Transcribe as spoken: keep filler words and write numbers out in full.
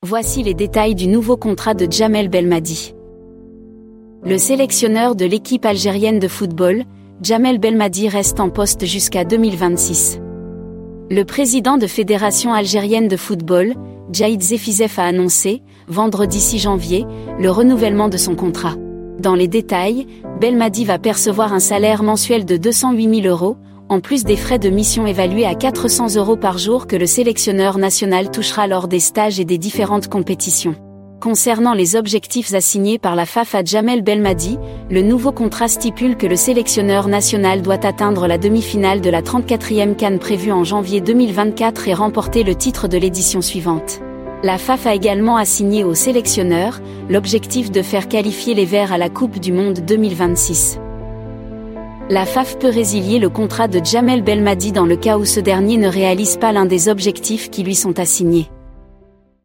Voici les détails du nouveau contrat de Djamel Belmadi. Le sélectionneur de l'équipe algérienne de football, Djamel Belmadi reste en poste jusqu'à deux mille vingt-six. Le président de Fédération algérienne de football, Djaïd Zefizef a annoncé, vendredi six janvier, le renouvellement de son contrat. Dans les détails, Belmadi va percevoir un salaire mensuel de deux cent huit mille euros, en plus des frais de mission évalués à quatre cents euros par jour que le sélectionneur national touchera lors des stages et des différentes compétitions. Concernant les objectifs assignés par la F A F à Djamel Belmadi, le nouveau contrat stipule que le sélectionneur national doit atteindre la demi-finale de la trente-quatrième CAN prévue en janvier deux mille vingt-quatre et remporter le titre de l'édition suivante. La F A F a également assigné au sélectionneur l'objectif de faire qualifier les Verts à la Coupe du Monde deux mille vingt-six. La F A F peut résilier le contrat de Djamel Belmadi dans le cas où ce dernier ne réalise pas l'un des objectifs qui lui sont assignés.